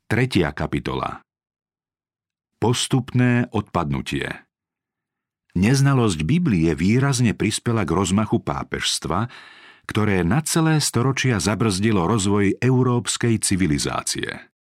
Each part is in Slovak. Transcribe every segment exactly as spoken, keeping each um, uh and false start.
Tretia kapitola. Postupné odpadnutie. Neznalosť Biblie výrazne prispela k rozmachu pápežstva, ktoré na celé storočia zabrzdilo rozvoj európskej civilizácie.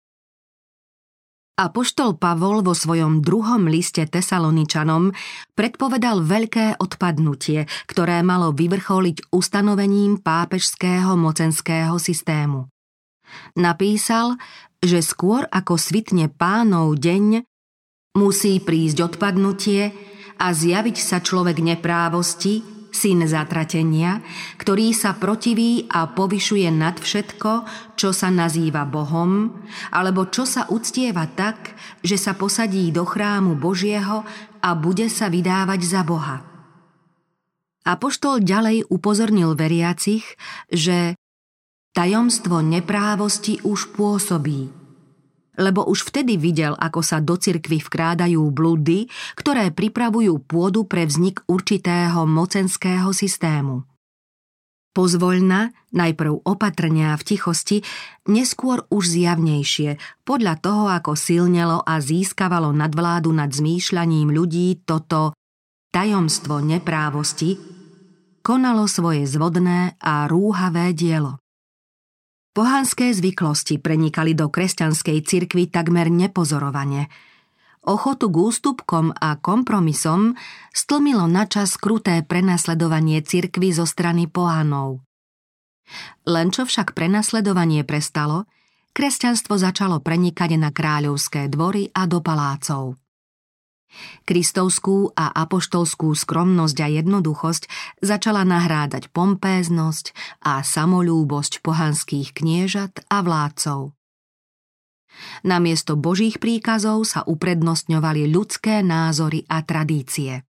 Apoštol Pavol vo svojom druhom liste Tesaloničanom predpovedal veľké odpadnutie, ktoré malo vyvrcholiť ustanovením pápežského mocenského systému. Napísal, že skôr ako svitne Pánov deň, musí prísť odpadnutie a zjaviť sa človek neprávosti, syn zatratenia, ktorý sa protiví a povyšuje nad všetko, čo sa nazýva Bohom, alebo čo sa uctieva tak, že sa posadí do chrámu Božieho a bude sa vydávať za Boha. Apoštol ďalej upozornil veriacich, že tajomstvo neprávosti už pôsobí, lebo už vtedy videl, ako sa do cirkvi vkrádajú blúdy, ktoré pripravujú pôdu pre vznik určitého mocenského systému. Pozvoľna, najprv opatrňa v tichosti, neskôr už zjavnejšie, podľa toho, ako silnelo a získavalo nadvládu nad zmýšľaním ľudí toto tajomstvo neprávosti, konalo svoje zvodné a rúhavé dielo. Pohanské zvyklosti prenikali do kresťanskej cirkvi takmer nepozorovane. Ochotu k ústupkom a kompromisom stlmilo načas kruté prenasledovanie cirkvi zo strany pohanov. Len čo však prenasledovanie prestalo, kresťanstvo začalo prenikať na kráľovské dvory a do palácov. Kristovskú a apoštolskú skromnosť a jednoduchosť začala nahrádať pompéznosť a samolúbosť pohanských kniežat a vládcov. Namiesto Božích príkazov sa uprednostňovali ľudské názory a tradície.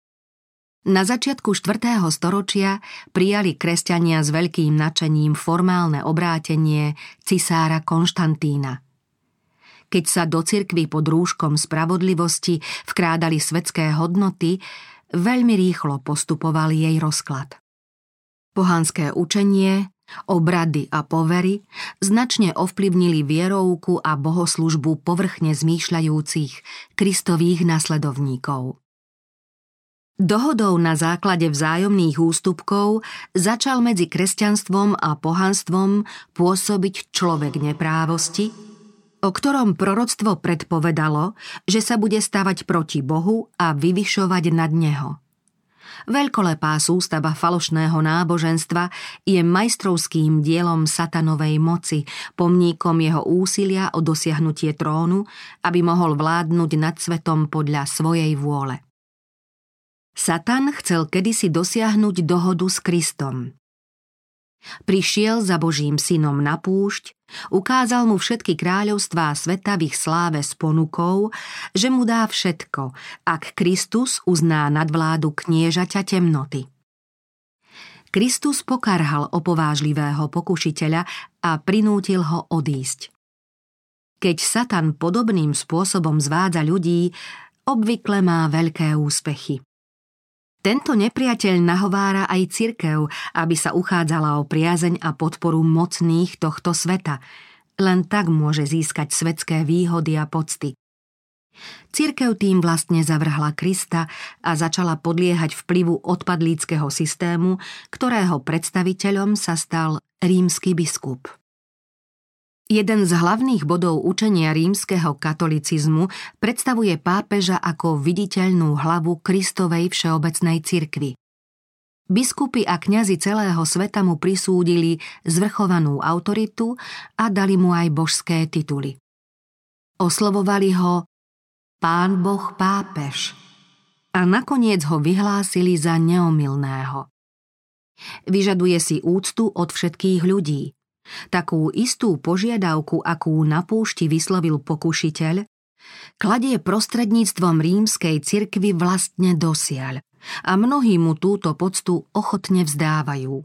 Na začiatku štvrtého storočia prijali kresťania s veľkým nadšením formálne obrátenie cisára Konštantína. Keď sa do cirkvi pod rúškom spravodlivosti vkrádali svetské hodnoty, veľmi rýchlo postupoval jej rozklad. Pohanské učenie, obrady a povery značne ovplyvnili vierovku a bohoslužbu povrchne zmýšľajúcich Kristových nasledovníkov. Dohodou na základe vzájomných ústupkov začal medzi kresťanstvom a pohanstvom pôsobiť človek neprávosti, o ktorom proroctvo predpovedalo, že sa bude stavať proti Bohu a vyvyšovať nad neho. Veľkolepá sústava falošného náboženstva je majstrovským dielom satanovej moci, pomníkom jeho úsilia o dosiahnutie trónu, aby mohol vládnuť nad svetom podľa svojej vôle. Satan chcel kedysi dosiahnuť dohodu s Kristom. Prišiel za Božím synom na púšť, ukázal mu všetky kráľovstvá sveta v ich sláve s ponukou, že mu dá všetko, ak Kristus uzná nadvládu kniežaťa temnoty. Kristus pokarhal opovážlivého pokušiteľa a prinútil ho odísť. Keď Satan podobným spôsobom zvádza ľudí, obvykle má veľké úspechy. Tento nepriateľ nahovára aj cirkev, aby sa uchádzala o priazeň a podporu mocných tohto sveta. Len tak môže získať svetské výhody a pocty. Cirkev tým vlastne zavrhla Krista a začala podliehať vplyvu odpadlíckeho systému, ktorého predstaviteľom sa stal rímsky biskup. Jeden z hlavných bodov učenia rímskeho katolicizmu predstavuje pápeža ako viditeľnú hlavu Kristovej všeobecnej cirkvi. Biskupy a kňazi celého sveta mu prisúdili zvrchovanú autoritu a dali mu aj božské tituly. Oslovovali ho Pán Boh pápež a nakoniec ho vyhlásili za neomylného. Vyžaduje si úctu od všetkých ľudí. Takú istú požiadavku, akú na púšti vyslovil pokušiteľ, kladie prostredníctvom rímskej cirkvi vlastne dosiaľ a mnohí mu túto poctu ochotne vzdávajú.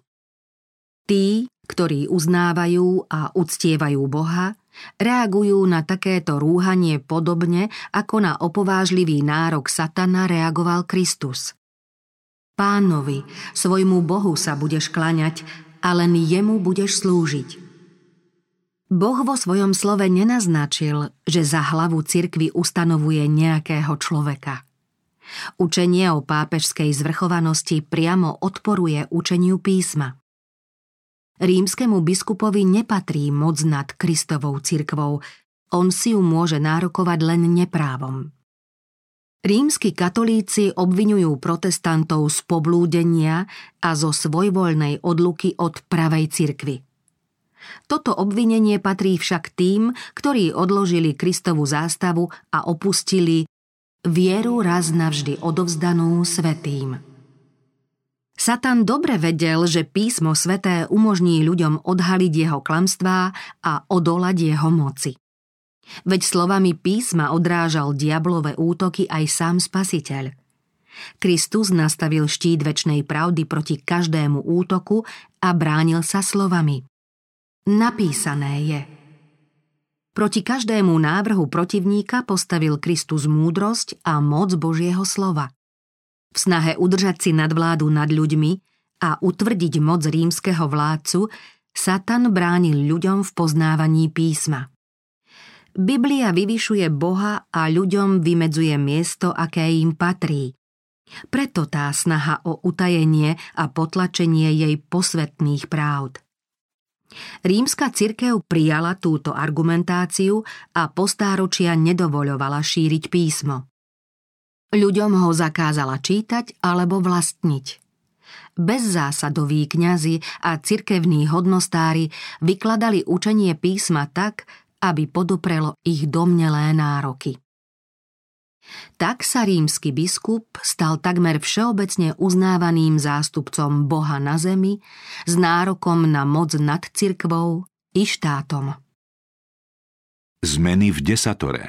Tí, ktorí uznávajú a uctievajú Boha, reagujú na takéto rúhanie podobne, ako na opovážlivý nárok Satana reagoval Kristus. Pánovi, svojmu Bohu sa budeš kláňať, a len jemu budeš slúžiť. Boh vo svojom slove nenaznačil, že za hlavu cirkvi ustanovuje nejakého človeka. Učenie o pápežskej zvrchovanosti priamo odporuje učeniu písma. Rímskemu biskupovi nepatrí moc nad Kristovou cirkvou, on si ju môže nárokovať len neprávom. Rímski katolíci obviňujú protestantov z poblúdenia a zo svojvoľnej odluky od pravej cirkvi. Toto obvinenie patrí však tým, ktorí odložili Kristovu zástavu a opustili vieru raz navždy odovzdanú svätým. Satan dobre vedel, že písmo sväté umožní ľuďom odhaliť jeho klamstvá a odolať jeho moci. Veď slovami písma odrážal diablové útoky aj sám Spasiteľ. Kristus nastavil štít večnej pravdy proti každému útoku a bránil sa slovami: Napísané je. Proti každému návrhu protivníka postavil Kristus múdrosť a moc Božieho slova. V snahe udržať si nadvládu nad ľuďmi a utvrdiť moc rímskeho vládcu, Satan bránil ľuďom v poznávaní písma. Biblia vyvyšuje Boha a ľuďom vymedzuje miesto, aké im patrí. Preto tá snaha o utajenie a potlačenie jej posvetných pravd. Rímska cirkev prijala túto argumentáciu a po stáročia nedovoľovala šíriť písmo. Ľuďom ho zakázala čítať alebo vlastniť. Bezzásadoví kňazi a cirkevní hodnostári vykladali učenie písma tak, aby poduprelo ich domnelé nároky. Tak sa rímsky biskup stal takmer všeobecne uznávaným zástupcom Boha na zemi s nárokom na moc nad cirkvou i štátom. Zmeny v desatore.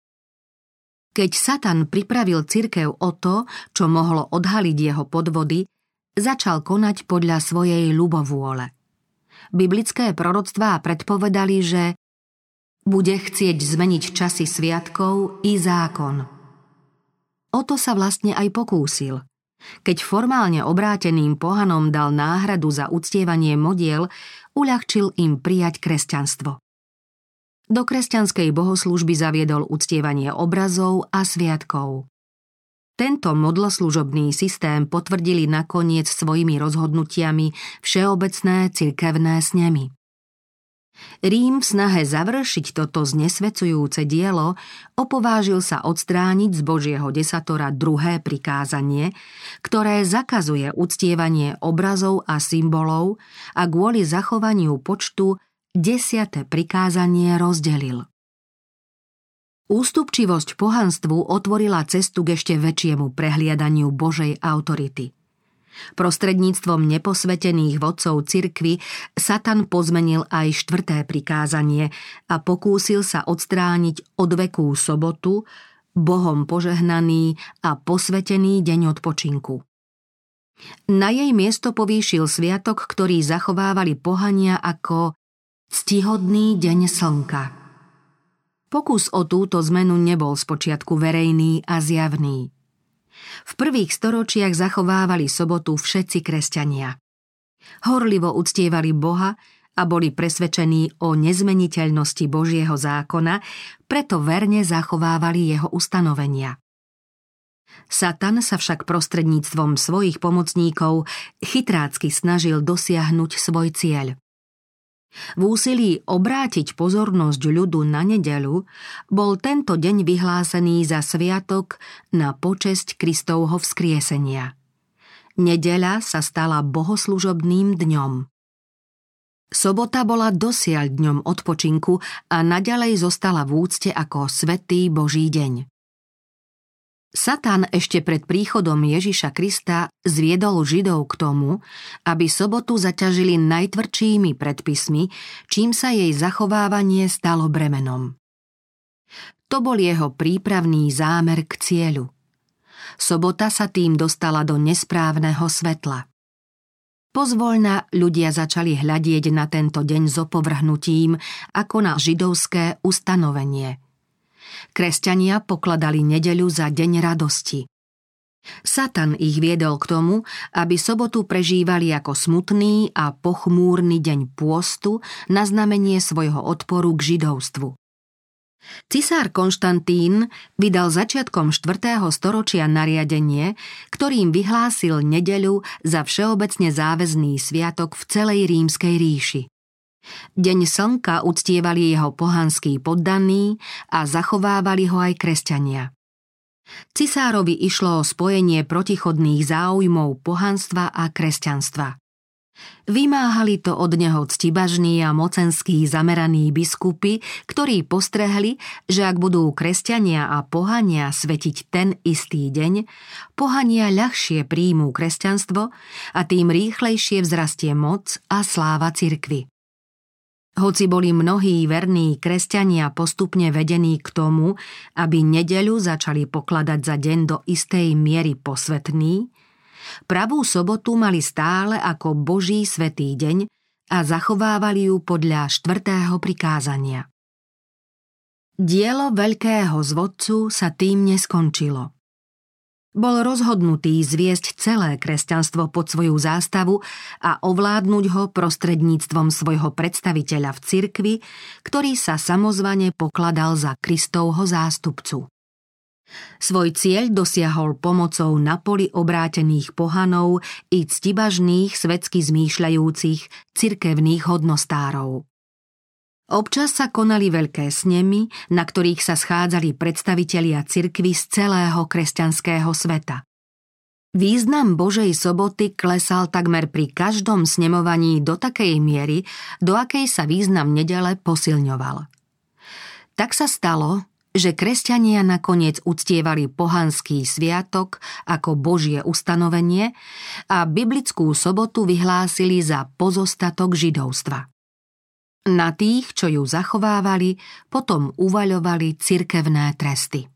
Keď Satan pripravil cirkev o to, čo mohlo odhaliť jeho podvody, začal konať podľa svojej ľubovôle. Biblické proroctvá predpovedali, že bude chcieť zmeniť časy sviatkov i zákon. O to sa vlastne aj pokúsil. Keď formálne obráteným pohanom dal náhradu za uctievanie modiel, uľahčil im prijať kresťanstvo. Do kresťanskej bohoslúžby zaviedol uctievanie obrazov a sviatkov. Tento modloslužobný systém potvrdili nakoniec svojimi rozhodnutiami všeobecné cirkevné snemy. Rím v snahe završiť toto znesvecujúce dielo opovážil sa odstrániť z Božieho desatora druhé prikázanie, ktoré zakazuje uctievanie obrazov a symbolov a kvôli zachovaniu počtu desiate prikázanie rozdelil. Ústupčivosť pohanstvu otvorila cestu k ešte väčšiemu prehliadaniu Božej autority. Prostredníctvom neposvetených vodcov cirkvi Satan pozmenil aj štvrté prikázanie a pokúsil sa odstrániť odvekú sobotu, Bohom požehnaný a posvetený deň odpočinku. Na jej miesto povýšil sviatok, ktorý zachovávali pohania ako ctihodný deň slnka. Pokus o túto zmenu nebol spočiatku verejný a zjavný. V prvých storočiach zachovávali sobotu všetci kresťania. Horlivo uctievali Boha a boli presvedčení o nezmeniteľnosti Božieho zákona, preto verne zachovávali jeho ustanovenia. Satan sa však prostredníctvom svojich pomocníkov chytrácky snažil dosiahnuť svoj cieľ. V úsilí obrátiť pozornosť ľudu na nedeľu bol tento deň vyhlásený za sviatok na počesť Kristovho vzkriesenia. Nedeľa sa stala bohoslužobným dňom. Sobota bola dosiaľ dňom odpočinku a naďalej zostala v úcte ako svätý Boží deň. Satan ešte pred príchodom Ježiša Krista zviedol Židov k tomu, aby sobotu zaťažili najtvrdšími predpismi, čím sa jej zachovávanie stalo bremenom. To bol jeho prípravný zámer k cieľu. Sobota sa tým dostala do nesprávneho svetla. Pozvoľna ľudia začali hľadieť na tento deň s opovrhnutím ako na židovské ustanovenie. Kresťania pokladali nedeľu za deň radosti. Satan ich viedol k tomu, aby sobotu prežívali ako smutný a pochmúrny deň pôstu na znamenie svojho odporu k židovstvu. Cisár Konštantín vydal začiatkom štvrtého storočia nariadenie, ktorým vyhlásil nedeľu za všeobecne záväzný sviatok v celej Rímskej ríši. Deň slnka uctievali jeho pohanskí poddaní a zachovávali ho aj kresťania. Cisárovi išlo o spojenie protichodných záujmov pohanstva a kresťanstva. Vymáhali to od neho ctibažní a mocenskí zameraní biskupy, ktorí postrehli, že ak budú kresťania a pohania svetiť ten istý deň, pohania ľahšie príjmú kresťanstvo a tým rýchlejšie vzrastie moc a sláva cirkvi. Hoci boli mnohí verní kresťania postupne vedení k tomu, aby nedeľu začali pokladať za deň do istej miery posvätný, pravú sobotu mali stále ako Boží svätý deň a zachovávali ju podľa štvrtého prikázania. Dielo veľkého zvodcu sa tým neskončilo. Bol rozhodnutý zviesť celé kresťanstvo pod svoju zástavu a ovládnuť ho prostredníctvom svojho predstaviteľa v cirkvi, ktorý sa samozvane pokladal za Kristovho zástupcu. Svoj cieľ dosiahol pomocou napoli obrátených pohanov i ctibažných svetsky zmýšľajúcich cirkevných hodnostárov. Občas sa konali veľké snemy, na ktorých sa schádzali predstavitelia cirkvi z celého kresťanského sveta. Význam Božej soboty klesal takmer pri každom snemovaní do takej miery, do akej sa význam nedele posilňoval. Tak sa stalo, že kresťania nakoniec uctievali pohanský sviatok ako Božie ustanovenie a biblickú sobotu vyhlásili za pozostatok židovstva. Na tých, čo ju zachovávali, potom uvaľovali cirkevné tresty.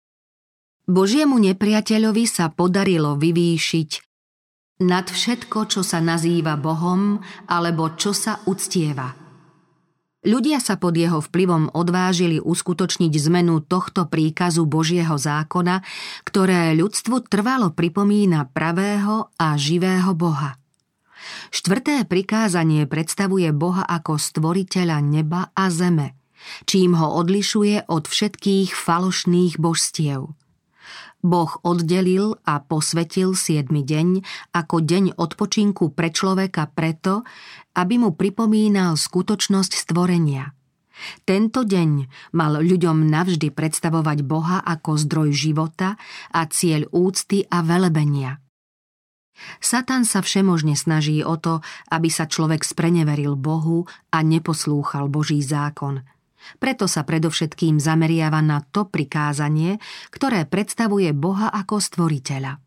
Božiemu nepriateľovi sa podarilo vyvýšiť nad všetko, čo sa nazýva Bohom alebo čo sa uctieva. Ľudia sa pod jeho vplyvom odvážili uskutočniť zmenu tohto príkazu Božieho zákona, ktoré ľudstvu trvalo pripomína pravého a živého Boha. Štvrté prikázanie predstavuje Boha ako stvoriteľa neba a zeme, čím ho odlišuje od všetkých falošných božstiev. Boh oddelil a posvetil siedmy deň ako deň odpočinku pre človeka preto, aby mu pripomínal skutočnosť stvorenia. Tento deň mal ľuďom navždy predstavovať Boha ako zdroj života a cieľ úcty a velebenia. Satan sa všemožne snaží o to, aby sa človek spreneveril Bohu a neposlúchal Boží zákon. Preto sa predovšetkým zameriava na to prikázanie, ktoré predstavuje Boha ako stvoriteľa.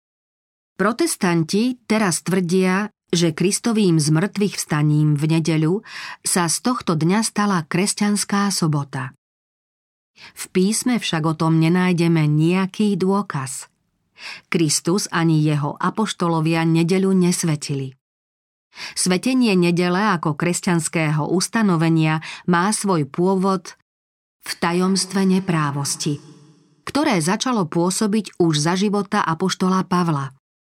Protestanti teraz tvrdia, že Kristovým zmrtvých vstaním v nedeľu sa z tohto dňa stala kresťanská sobota. V písme však o tom nenájdeme nejaký dôkaz. Kristus ani jeho apoštolovia nedeľu nesvetili. Svetenie nedele ako kresťanského ustanovenia má svoj pôvod v tajomstve neprávosti, ktoré začalo pôsobiť už za života apoštola Pavla.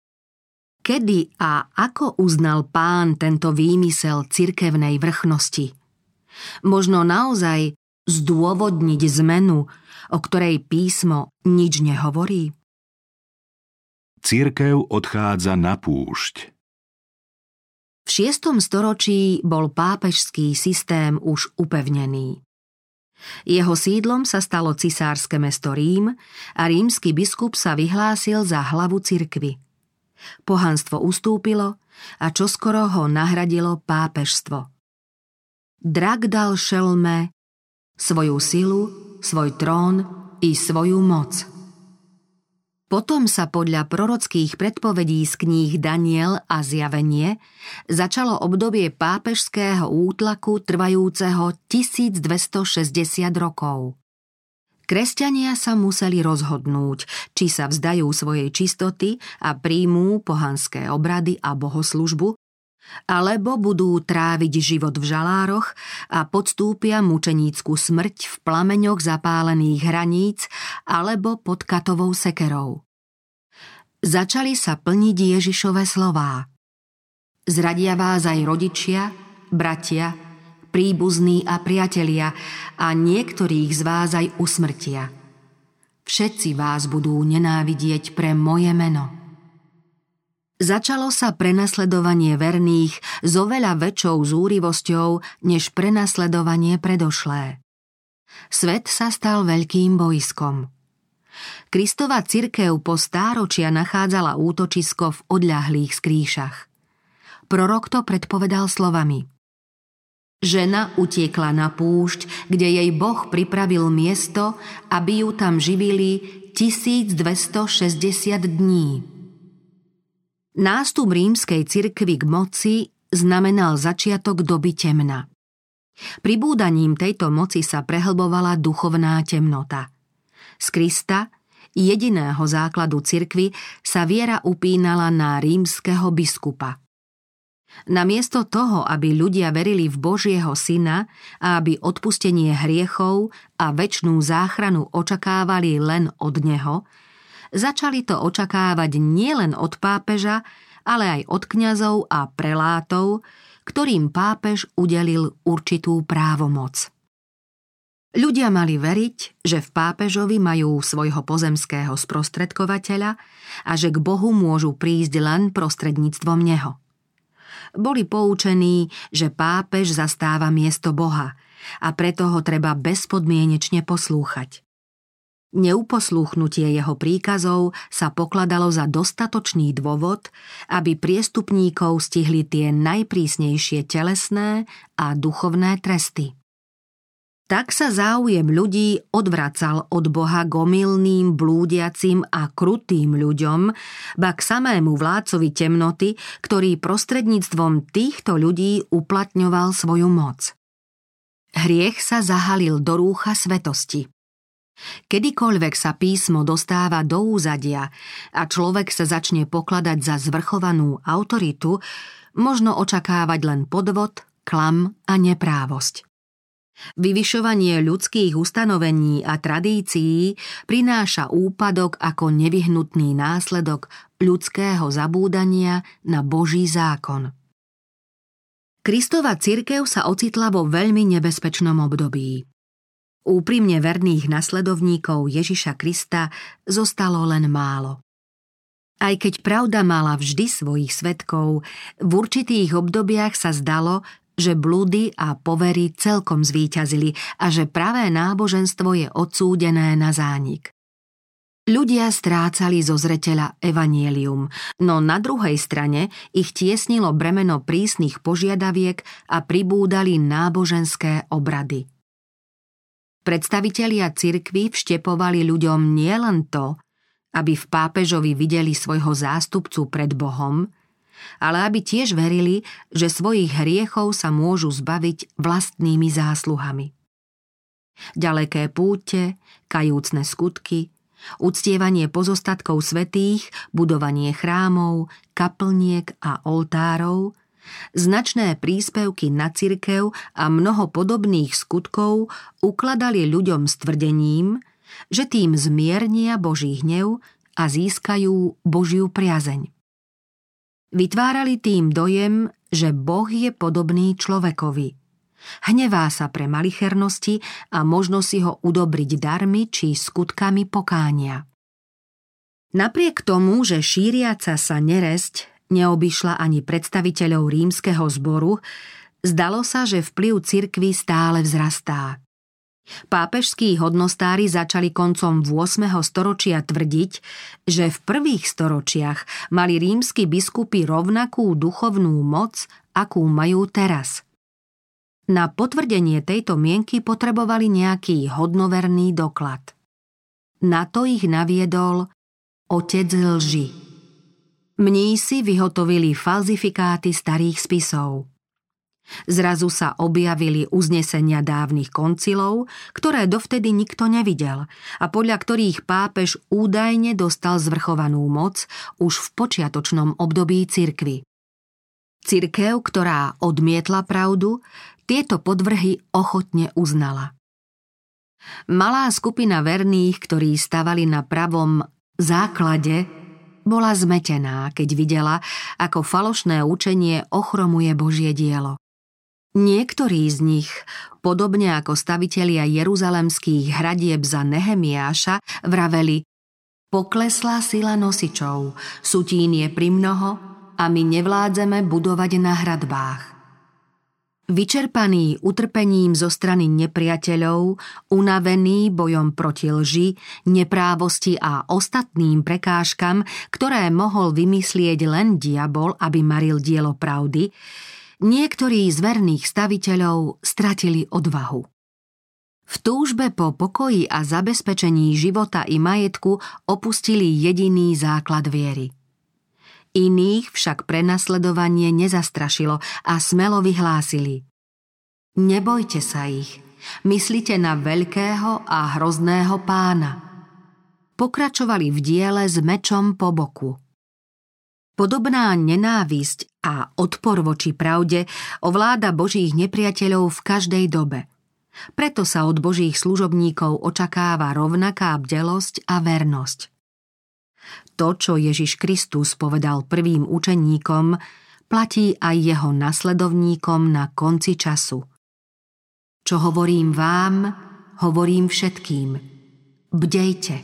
Kedy a ako uznal Pán tento výmysel cirkevnej vrchnosti? Možno naozaj zdôvodniť zmenu, o ktorej písmo nič nehovorí? Cirkev odchádza na púšť. V šiestom storočí bol pápežský systém už upevnený. Jeho sídlom sa stalo cisárske mesto Rím a rímsky biskup sa vyhlásil za hlavu cirkvi. Pohanstvo ustúpilo a čoskoro ho nahradilo pápežstvo. Drak dal šelme svoju silu, svoj trón i svoju moc. Potom sa podľa prorockých predpovedí z kníh Daniel a Zjavenie začalo obdobie pápežského útlaku trvajúceho tisícdvestošesťdesiat rokov. Kresťania sa museli rozhodnúť, či sa vzdajú svojej čistoty a príjmú pohanské obrady a bohoslužbu, alebo budú tráviť život v žalároch a podstúpia mučenícku smrť v plameňoch zapálených hraníc alebo pod katovou sekerou. začali sa plniť Ježišove slová. Zradia vás aj rodičia, bratia, príbuzní a priatelia a niektorých z vás aj usmrtia. Všetci vás budú nenávidieť pre moje meno. Začalo sa prenasledovanie verných s oveľa väčšou zúrivosťou než prenasledovanie predošlé. Svet sa stal veľkým bojskom. Kristova cirkev po stáročia nachádzala útočisko v odľahlých skríšach. Prorok to predpovedal slovami: Žena utiekla na púšť, kde jej Boh pripravil miesto, aby ju tam živili tisícdvestošesťdesiat dní. Nástup rímskej cirkvi k moci znamenal začiatok doby temna. Pribúdaním tejto moci sa prehlbovala duchovná temnota. Z Krista, jediného základu cirkvi, sa viera upínala na rímskeho biskupa. Namiesto toho, aby ľudia verili v Božieho syna a aby odpustenie hriechov a večnú záchranu očakávali len od neho, začali to očakávať nielen od pápeža, ale aj od kňazov a prelátov, ktorým pápež udelil určitú právomoc. Ľudia mali veriť, že v pápežovi majú svojho pozemského sprostredkovateľa a že k Bohu môžu prísť len prostredníctvom neho. Boli poučení, že pápež zastáva miesto Boha a preto ho treba bezpodmienečne poslúchať. Neuposlúchnutie jeho príkazov sa pokladalo za dostatočný dôvod, aby priestupníkov stihli tie najprísnejšie telesné a duchovné tresty. Tak sa záujem ľudí odvracal od Boha k omylným, blúdiacim a krutým ľuďom, ba k samému vládcovi temnoty, ktorý prostredníctvom týchto ľudí uplatňoval svoju moc. Hriech sa zahalil do rúcha svetosti. Kedykoľvek sa písmo dostáva do úzadia a človek sa začne pokladať za zvrchovanú autoritu, možno očakávať len podvod, klam a neprávosť. Vyvyšovanie ľudských ustanovení a tradícií prináša úpadok ako nevyhnutný následok ľudského zabúdania na Boží zákon. Kristova cirkev sa ocitla vo veľmi nebezpečnom období. Úprimne verných nasledovníkov Ježiša Krista zostalo len málo. Aj keď pravda mala vždy svojich svedkov, v určitých obdobiach sa zdalo, že blúdy a povery celkom zvíťazili a že pravé náboženstvo je odsúdené na zánik. Ľudia strácali zo zreteľa evanjelium, no na druhej strane ich tiesnilo bremeno prísnych požiadaviek a pribúdali náboženské obrady. Predstavitelia cirkvi vštepovali ľuďom nielen to, aby v pápežovi videli svojho zástupcu pred Bohom, ale aby tiež verili, že svojich hriechov sa môžu zbaviť vlastnými zásluhami. Ďaleké púte, kajúcne skutky, uctievanie pozostatkov svätých, budovanie chrámov, kaplniek a oltárov, značné príspevky na cirkev a mnoho podobných skutkov ukladali ľuďom s tvrdením, že tým zmiernia Boží hnev a získajú Božiu priazeň. Vytvárali tým dojem, že Boh je podobný človekovi. Hnevá sa pre malichernosti a možno si ho udobriť darmi či skutkami pokánia. Napriek tomu, že šíriaca sa neresť neobyšla ani predstaviteľov rímskeho zboru, zdalo sa, že vplyv cirkvi stále vzrastá. Pápežskí hodnostári začali koncom ôsmeho storočia tvrdiť, že v prvých storočiach mali rímski biskupy rovnakú duchovnú moc, akú majú teraz. Na potvrdenie tejto mienky potrebovali nejaký hodnoverný doklad. Na to ich naviedol otec lži. Mnísi vyhotovili falzifikáty starých spisov. Zrazu sa objavili uznesenia dávnych koncilov, ktoré dovtedy nikto nevidel a podľa ktorých pápež údajne dostal zvrchovanú moc už v počiatočnom období cirkvi. Cirkev, ktorá odmietla pravdu, tieto podvrhy ochotne uznala. Malá skupina verných, ktorí stavali na pravom základe, bola zmetená, keď videla, ako falošné učenie ochromuje Božie dielo. Niektorí z nich, podobne ako stavitelia jeruzalemských hradieb za Nehemiáša, vraveli: Poklesla sila nosičov, sutín je primnoho a my nevládzeme budovať na hradbách. Vyčerpaný utrpením zo strany nepriateľov, unavený bojom proti lži, neprávosti a ostatným prekážkam, ktoré mohol vymyslieť len diabol, aby maril dielo pravdy, niektorí z verných staviteľov stratili odvahu. V túžbe po pokoji a zabezpečení života i majetku opustili jediný základ viery. Iných však prenasledovanie nezastrašilo a smelo vyhlásili: Nebojte sa ich, myslite na veľkého a hrozného pána. Pokračovali v diele s mečom po boku. Podobná nenávisť a odpor voči pravde ovláda Božích nepriateľov v každej dobe. Preto sa od Božích služobníkov očakáva rovnaká bdelosť a vernosť. To, čo Ježiš Kristus povedal prvým učeníkom, platí aj jeho nasledovníkom na konci času. Čo hovorím vám, hovorím všetkým. Bdejte.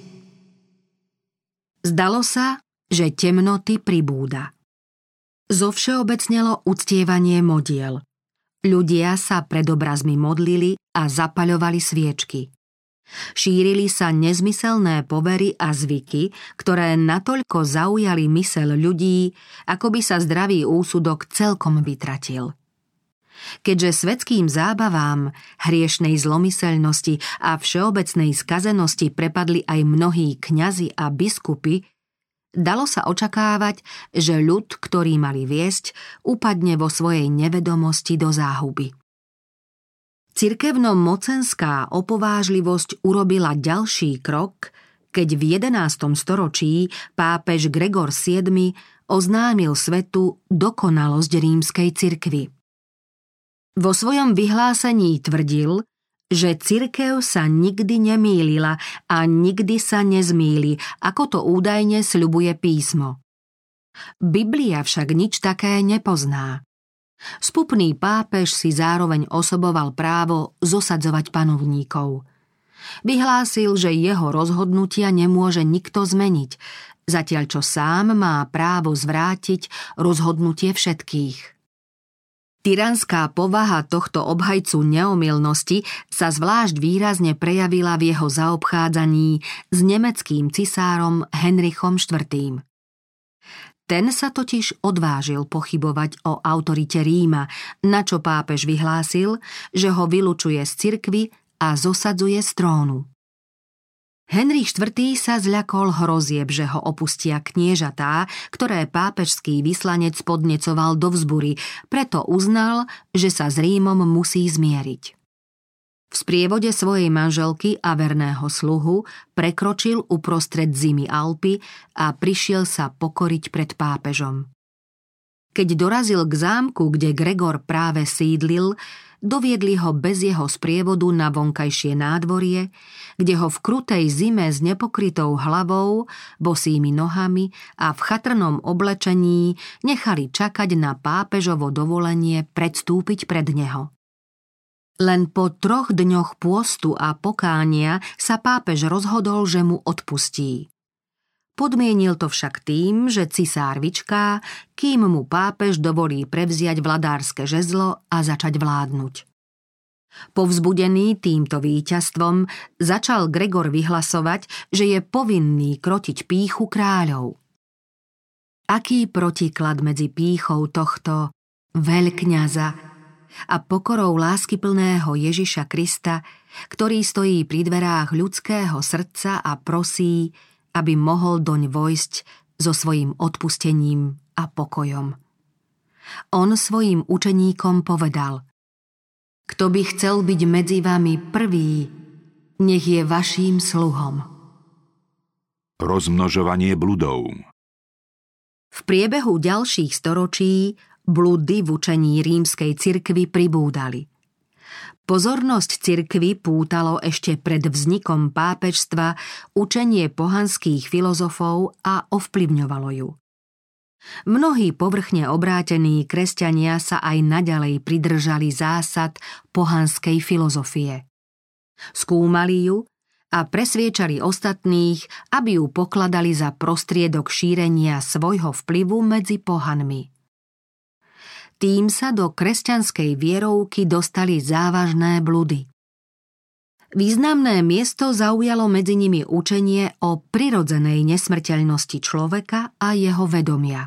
Zdalo sa, že temnoty pribúda. Zovšeobecnelo uctievanie modiel. Ľudia sa pred obrazmi modlili a zapaľovali sviečky. Šírili sa nezmyselné povery a zvyky, ktoré natoľko zaujali myseľ ľudí, ako by sa zdravý úsudok celkom vytratil. Keďže svetským zábavám, hriešnej zlomyselnosti a všeobecnej skazenosti prepadli aj mnohí kňazi a biskupy, dalo sa očakávať, že ľud, ktorý mali viesť, upadne vo svojej nevedomosti do záhuby. Cirkevno-mocenská opovážlivosť urobila ďalší krok, keď v jedenástom storočí pápež Gregor siedmy oznámil svetu dokonalosť rímskej cirkvi. Vo svojom vyhlásení tvrdil, že cirkev sa nikdy nemýlila a nikdy sa nezmýli, ako to údajne sľubuje písmo. Biblia však nič také nepozná. Spupný pápež si zároveň osoboval právo zosadzovať panovníkov. Vyhlásil, že jeho rozhodnutia nemôže nikto zmeniť, zatiaľ čo sám má právo zvrátiť rozhodnutie všetkých. Tyranská povaha tohto obhajcu neomylnosti sa zvlášť výrazne prejavila v jeho zaobchádzaní s nemeckým cisárom Henrichom štvrtým. Ten sa totiž odvážil pochybovať o autorite Ríma, na čo pápež vyhlásil, že ho vylučuje z cirkvi a zosadzuje z trónu. Henrich štvrtý sa zľakol hrozieb, že ho opustia kniežatá, ktoré pápežský vyslanec podnecoval do vzbury, preto uznal, že sa s Rímom musí zmieriť. V sprievode svojej manželky a verného sluhu prekročil uprostred zimy Alpy a prišiel sa pokoriť pred pápežom. Keď dorazil k zámku, kde Gregor práve sídlil, doviedli ho bez jeho sprievodu na vonkajšie nádvorie, kde ho v krutej zime s nepokrytou hlavou, bosými nohami a v chatrnom oblečení nechali čakať na pápežovo dovolenie predstúpiť pred neho. Len po troch dňoch pôstu a pokánia sa pápež rozhodol, že mu odpustí. Podmienil to však tým, že cisár vyčká, kým mu pápež dovolí prevziať vladárske žezlo a začať vládnuť. Povzbudený týmto víťazstvom začal Gregor vyhlasovať, že je povinný krotiť pýchu kráľov. Aký protiklad medzi pýchou tohto veľkňaza a pokorou láskyplného Ježiša Krista, ktorý stojí pri dverách ľudského srdca a prosí, aby mohol doň vojsť so svojím odpustením a pokojom. On svojim učeníkom povedal: Kto by chcel byť medzi vami prvý, nech je vaším sluhom. Rozmnožovanie bludov. V priebehu ďalších storočí bludy v učení rímskej cirkvi pribúdali. Pozornosť cirkvi pútalo ešte pred vznikom pápežstva učenie pohanských filozofov a ovplyvňovalo ju. Mnohí povrchne obrátení kresťania sa aj naďalej pridržali zásad pohanskej filozofie. Skúmali ju a presviečali ostatných, aby ju pokladali za prostriedok šírenia svojho vplyvu medzi pohanmi. Tým sa do kresťanskej vierovky dostali závažné bludy. Významné miesto zaujalo medzi nimi učenie o prirodzenej nesmrteľnosti človeka a jeho vedomia.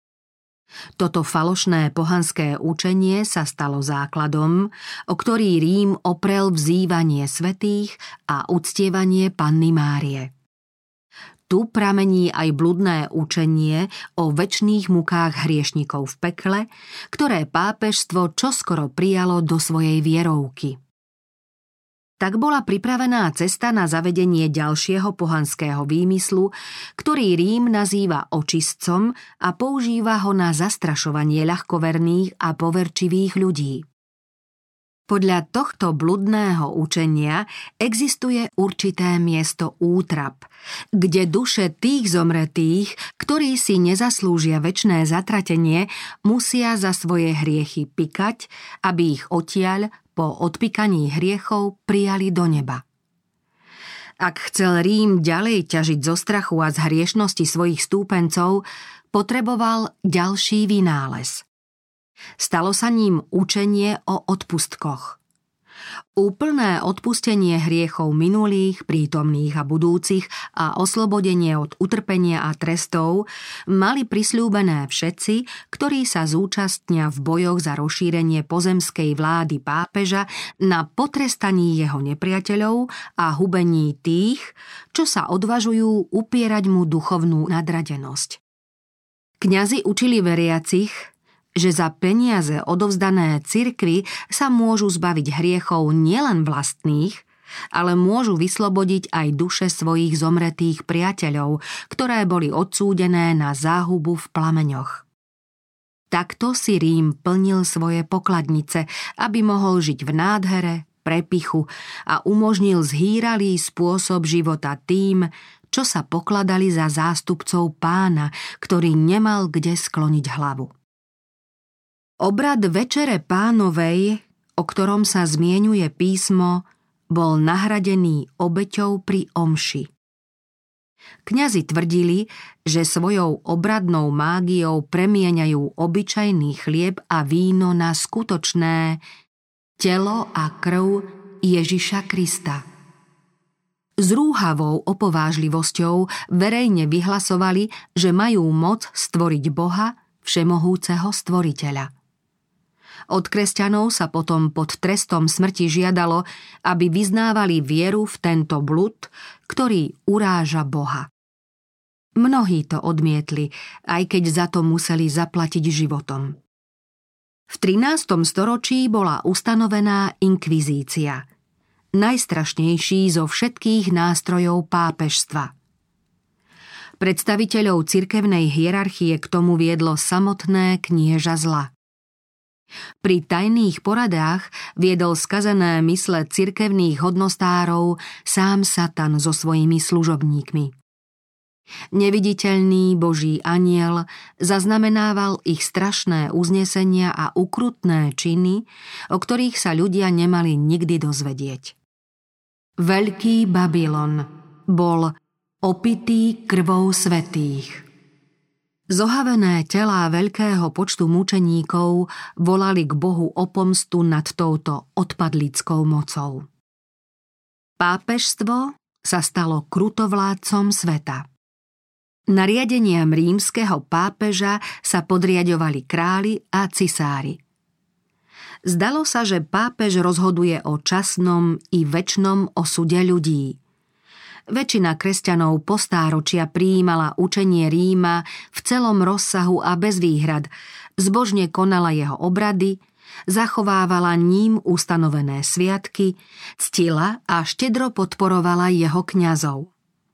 Toto falošné pohanské učenie sa stalo základom, o ktorý Rím oprel vzývanie svätých a uctievanie Panny Márie. Tu pramení aj bludné učenie o večných mukách hriešnikov v pekle, ktoré pápežstvo čoskoro prijalo do svojej vierovky. Tak bola pripravená cesta na zavedenie ďalšieho pohanského výmyslu, ktorý Rím nazýva očistcom a používa ho na zastrašovanie ľahkoverných a poverčivých ľudí. Podľa tohto bludného učenia existuje určité miesto útrap, kde duše tých zomretých, ktorí si nezaslúžia večné zatratenie, musia za svoje hriechy pikať, aby ich odtiaľ po odpikaní hriechov prijali do neba. Ak chcel Rím ďalej ťažiť zo strachu a z hriešnosti svojich stúpencov, potreboval ďalší vynález. Stalo sa ním učenie o odpustkoch. Úplné odpustenie hriechov minulých, prítomných a budúcich a oslobodenie od utrpenia a trestov mali prisľúbené všetci, ktorí sa zúčastnia v bojoch za rozšírenie pozemskej vlády pápeža na potrestaní jeho nepriateľov a hubení tých, čo sa odvažujú upierať mu duchovnú nadradenosť. Kňazi učili veriacich, že za peniaze odovzdané cirkvi sa môžu zbaviť hriechov nielen vlastných, ale môžu vyslobodiť aj duše svojich zomretých priateľov, ktoré boli odsúdené na záhubu v plameňoch. Takto si Rím plnil svoje pokladnice, aby mohol žiť v nádhere, prepichu a umožnil zhýralý spôsob života tým, čo sa pokladali za zástupcov Pána, ktorý nemal kde skloniť hlavu. Obrad Večere Pánovej, o ktorom sa zmieňuje písmo, bol nahradený obeťou pri omši. Kňazi tvrdili, že svojou obradnou mágiou premieňajú obyčajný chlieb a víno na skutočné telo a krv Ježiša Krista. S rúhavou opovážlivosťou verejne vyhlasovali, že majú moc stvoriť Boha, všemohúceho stvoriteľa. Od kresťanov sa potom pod trestom smrti žiadalo, aby vyznávali vieru v tento blud, ktorý uráža Boha. Mnohí to odmietli, aj keď za to museli zaplatiť životom. V trinástom storočí bola ustanovená inkvizícia, najstrašnejší zo všetkých nástrojov pápežstva. Predstaviteľov cirkevnej hierarchie k tomu viedlo samotné knieža zla. Pri tajných poradách viedol skazené mysle cirkevných hodnostárov sám Satan so svojimi služobníkmi. Neviditeľný Boží anjel zaznamenával ich strašné uznesenia a ukrutné činy, o ktorých sa ľudia nemali nikdy dozvedieť. Veľký Babylon bol opitý krvou svätých. Zohavené telá veľkého počtu mučeníkov volali k Bohu o pomstu nad touto odpadlickou mocou. Pápežstvo sa stalo krutovládcom sveta. Nariadeniam rímskeho pápeža sa podriaďovali králi a cisári. Zdalo sa, že pápež rozhoduje o časnom i večnom osude ľudí. Väčšina kresťanov po stáročia prijímala učenie Ríma v celom rozsahu a bez výhrad, zbožne konala jeho obrady, zachovávala ním ustanovené sviatky, ctila a štedro podporovala jeho kňazov.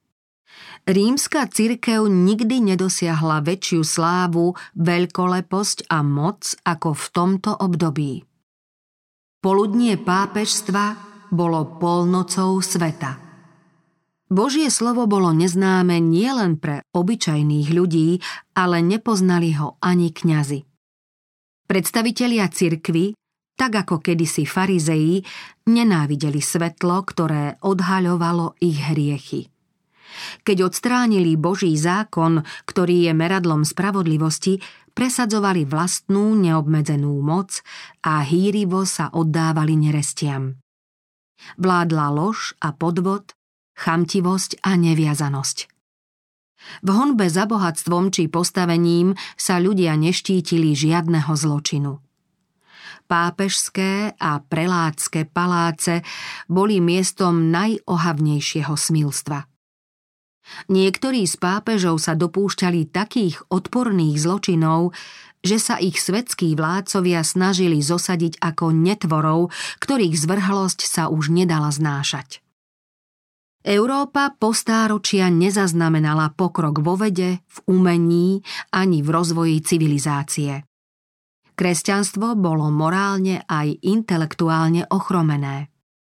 Rímska cirkev nikdy nedosiahla väčšiu slávu, veľkoleposť a moc ako v tomto období. Poludnie pápežstva bolo polnocou sveta. Božie slovo bolo neznáme nielen pre obyčajných ľudí, ale nepoznali ho ani kňazi. Predstavitelia cirkvi, tak ako kedysi farizeji, nenávideli svetlo, ktoré odhaľovalo ich hriechy. Keď odstránili Boží zákon, ktorý je meradlom spravodlivosti, presadzovali vlastnú neobmedzenú moc a hýrivo sa oddávali nerestiam. Vládla lož a podvod, chamtivosť a neviazanosť. V honbe za bohatstvom či postavením sa ľudia neštítili žiadneho zločinu. Pápežské a prelátske paláce boli miestom najohavnejšieho smilstva. Niektorí z pápežov sa dopúšťali takých odporných zločinov, že sa ich svetskí vládcovia snažili zosadiť ako netvorov, ktorých zvrhlosť sa už nedala znášať. Európa po stáročia nezaznamenala pokrok vo vede, v umení ani v rozvoji civilizácie. Kresťanstvo bolo morálne aj intelektuálne ochromené.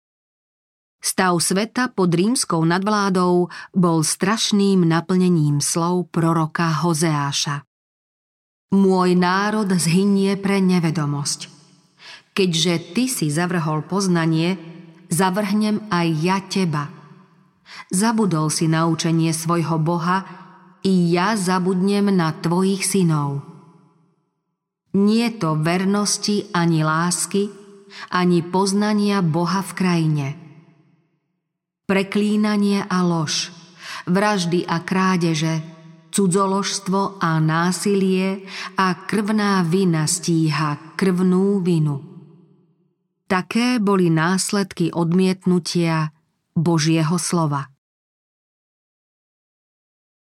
Stav sveta pod rímskou nadvládou bol strašným naplnením slov proroka Hozeáša. Môj národ zhynie pre nevedomosť. Keďže ty si zavrhol poznanie, zavrhnem aj ja teba. Zabudol si na učenie svojho Boha, i ja zabudnem na tvojich synov. Nie to vernosti ani lásky, ani poznania Boha v krajine. Preklínanie a lož, vraždy a krádeže, cudzoložstvo a násilie a krvná vina stíha krvnú vinu. Také boli následky odmietnutia Božieho slova.